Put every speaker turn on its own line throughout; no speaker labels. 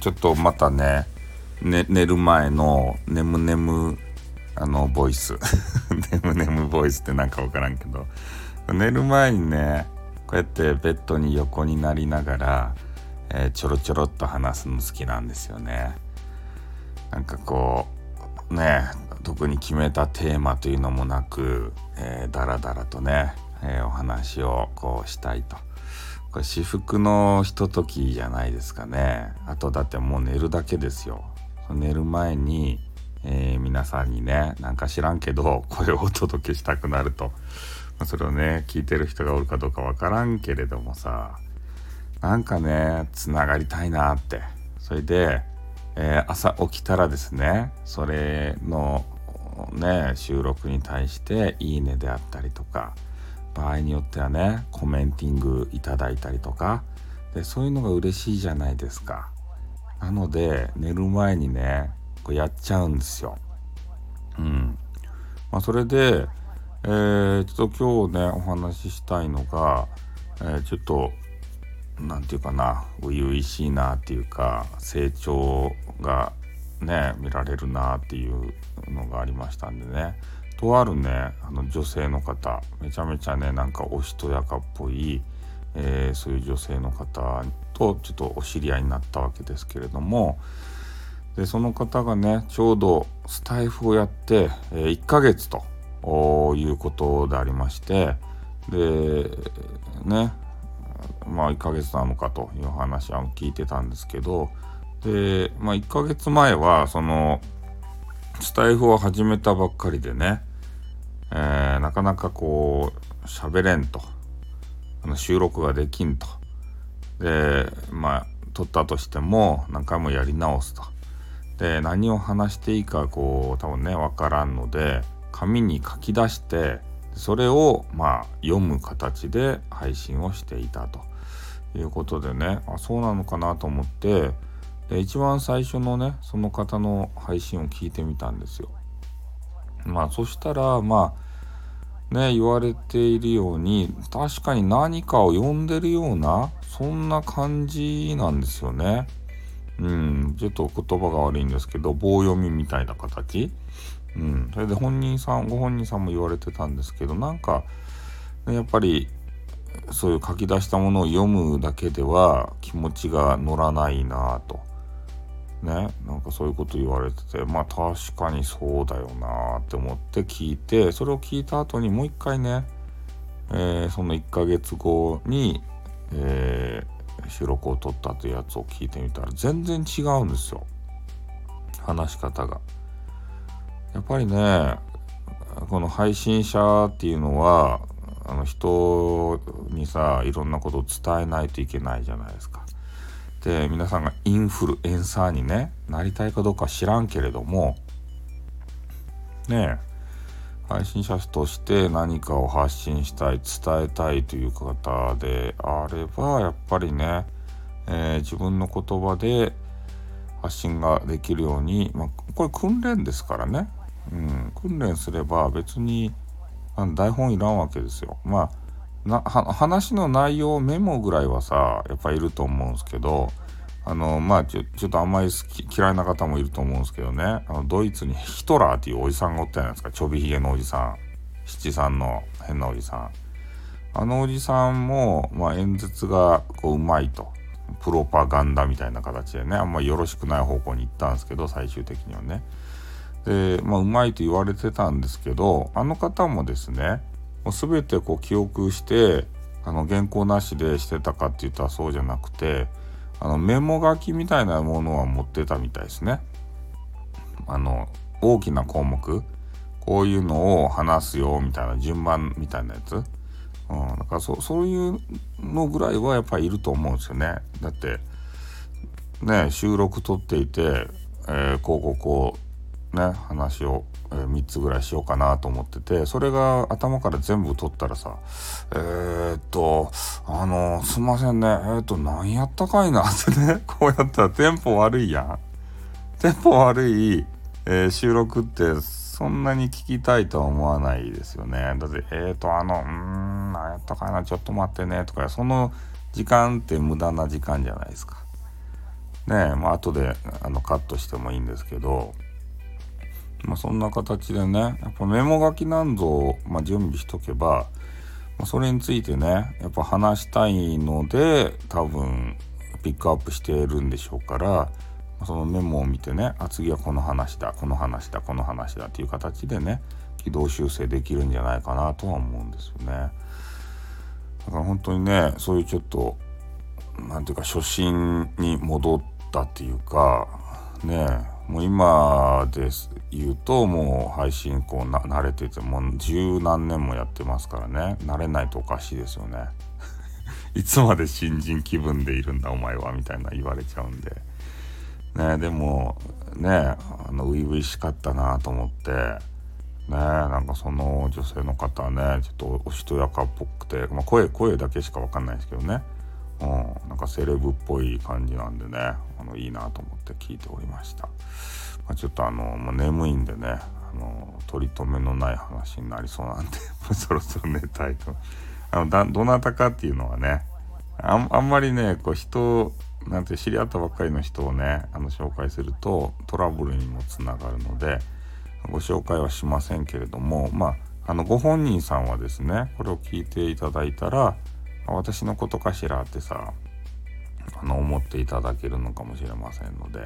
ちょっとまたね、寝る前の眠ボイス眠ボイスってなんかわからんけど、寝る前にねこうやってベッドに横になりながら、ちょろちょろっと話すの好きなんですよね。なんかこうね、特に決めたテーマというのもなく、だらだらとね、お話をこうしたいと。これ至福のひとときじゃないですかね。あとだってもう寝るだけですよ。寝る前に、皆さんにね、なんか知らんけど声をお届けしたくなると、それをね聞いてる人がおるかどうかわからんけれどもさ、なんかねつながりたいなって。それで、朝起きたらですね、それのね収録に対していいねであったりとか、場合によってはねコメンティングいただいたりとかで、そういうのが嬉しいじゃないですか。なので寝る前にねこうやっちゃうんですよ。それで、ちょっと今日ねお話ししたいのが、ちょっとなんていうかな、初々しいなっていうか、成長がね見られるなっていうのがありましたんでね。とあるね女性の方、めちゃめちゃねなんかおしとやかっぽい、そういう女性の方とちょっとお知り合いになったわけですけれども、でその方がねちょうどスタイフをやって、1ヶ月ということでありまして、でね、1ヶ月なのかという話は聞いてたんですけど、で1ヶ月前はそのスタイフを始めたばっかりでね、なかなかこう喋れんと、収録ができんと。で撮ったとしても何回もやり直すと。で何を話していいかこう多分ねわからんので、紙に書き出してそれを読む形で配信をしていたということでね、そうなのかなと思って、で一番最初のねその方の配信を聞いてみたんですよ。そしたら言われているように確かに何かを読んでるようなそんな感じなんですよね。ちょっと言葉が悪いんですけど、棒読みみたいな形。それでご本人さんも言われてたんですけど、なんかやっぱりそういう書き出したものを読むだけでは気持ちが乗らないなとね、なんかそういうこと言われてて、確かにそうだよなって思って聞いて、それを聞いた後にもう一回ね、その1ヶ月後に、収録を撮ったというやつを聞いてみたら全然違うんですよ、話し方が。やっぱりねこの配信者っていうのは人にさいろんなことを伝えないといけないじゃないですか。で皆さんがインフルエンサーにねなりたいかどうか知らんけれどもね、配信者として何かを発信したい、伝えたいという方であればやっぱりね、自分の言葉で発信ができるように、これ訓練ですからね、訓練すれば別に台本いらんわけですよ。話の内容メモぐらいはさやっぱいると思うんですけど、ちょっとあんまり嫌いな方もいると思うんですけどね、ドイツにヒトラーっていうおじさんがおったじゃないですか。ちょびひげのおじさん、七三の変なおじさん。おじさんも、演説がこううまいと、プロパガンダみたいな形でね、あんまりよろしくない方向に行ったんですけど、最終的にはね。でうまいと言われてたんですけど、あの方もですねもう全てこう記憶して原稿なしでしてたかって言ったらそうじゃなくて、メモ書きみたいなものは持ってたみたいですね。大きな項目、こういうのを話すよみたいな順番みたいなやつ、だからそういうのぐらいはやっぱりいると思うんですよね。だってね収録撮っていて、こう話を、3つぐらいしようかなと思ってて、それが頭から全部取ったらさ、すいませんね、何やったかいなってねこうやったらテンポ悪いやん。テンポ悪い、収録ってそんなに聞きたいとは思わないですよね。だって何やったかいな、ちょっと待ってねとか、その時間って無駄な時間じゃないですか。 後でカットしてもいいんですけど、そんな形でね、やっぱメモ書きなんぞを、準備しとけば、それについてね、やっぱ話したいので、多分ピックアップしているんでしょうから、そのメモを見てね、次はこの話だっていう形でね、軌道修正できるんじゃないかなとは思うんですよね。だから本当にね、そういうちょっとなんていうか初心に戻ったっていうかもう今です言うと、もう配信慣れててもう十何年もやってますからね、慣れないとおかしいですよねいつまで新人気分でいるんだお前はみたいな言われちゃうんででも初々しかったなと思ってなんかその女性の方はね、ちょっとおしとやかっぽくて、声だけしかわかんないですけどね、なんかセレブっぽい感じなんでね、いいなと思って聞いておりました。ちょっともう眠いんでね、取り留めのない話になりそうなんでそろそろ寝たいと。どなたかっていうのはね、あんまりね、人なんて知り合ったばっかりの人をね、紹介するとトラブルにもつながるのでご紹介はしませんけれども、ご本人さんはですね、これを聞いていただいたら、私のことかしらってさ、思っていただけるのかもしれませんので、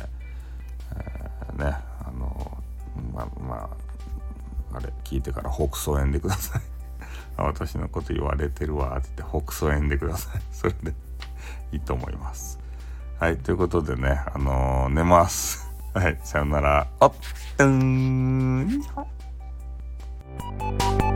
あれ聞いてから北総園でください私のこと言われてるわって言って北総園でください。それでいいと思います。はい、ということでね、寝ますはい、さよなら。あっ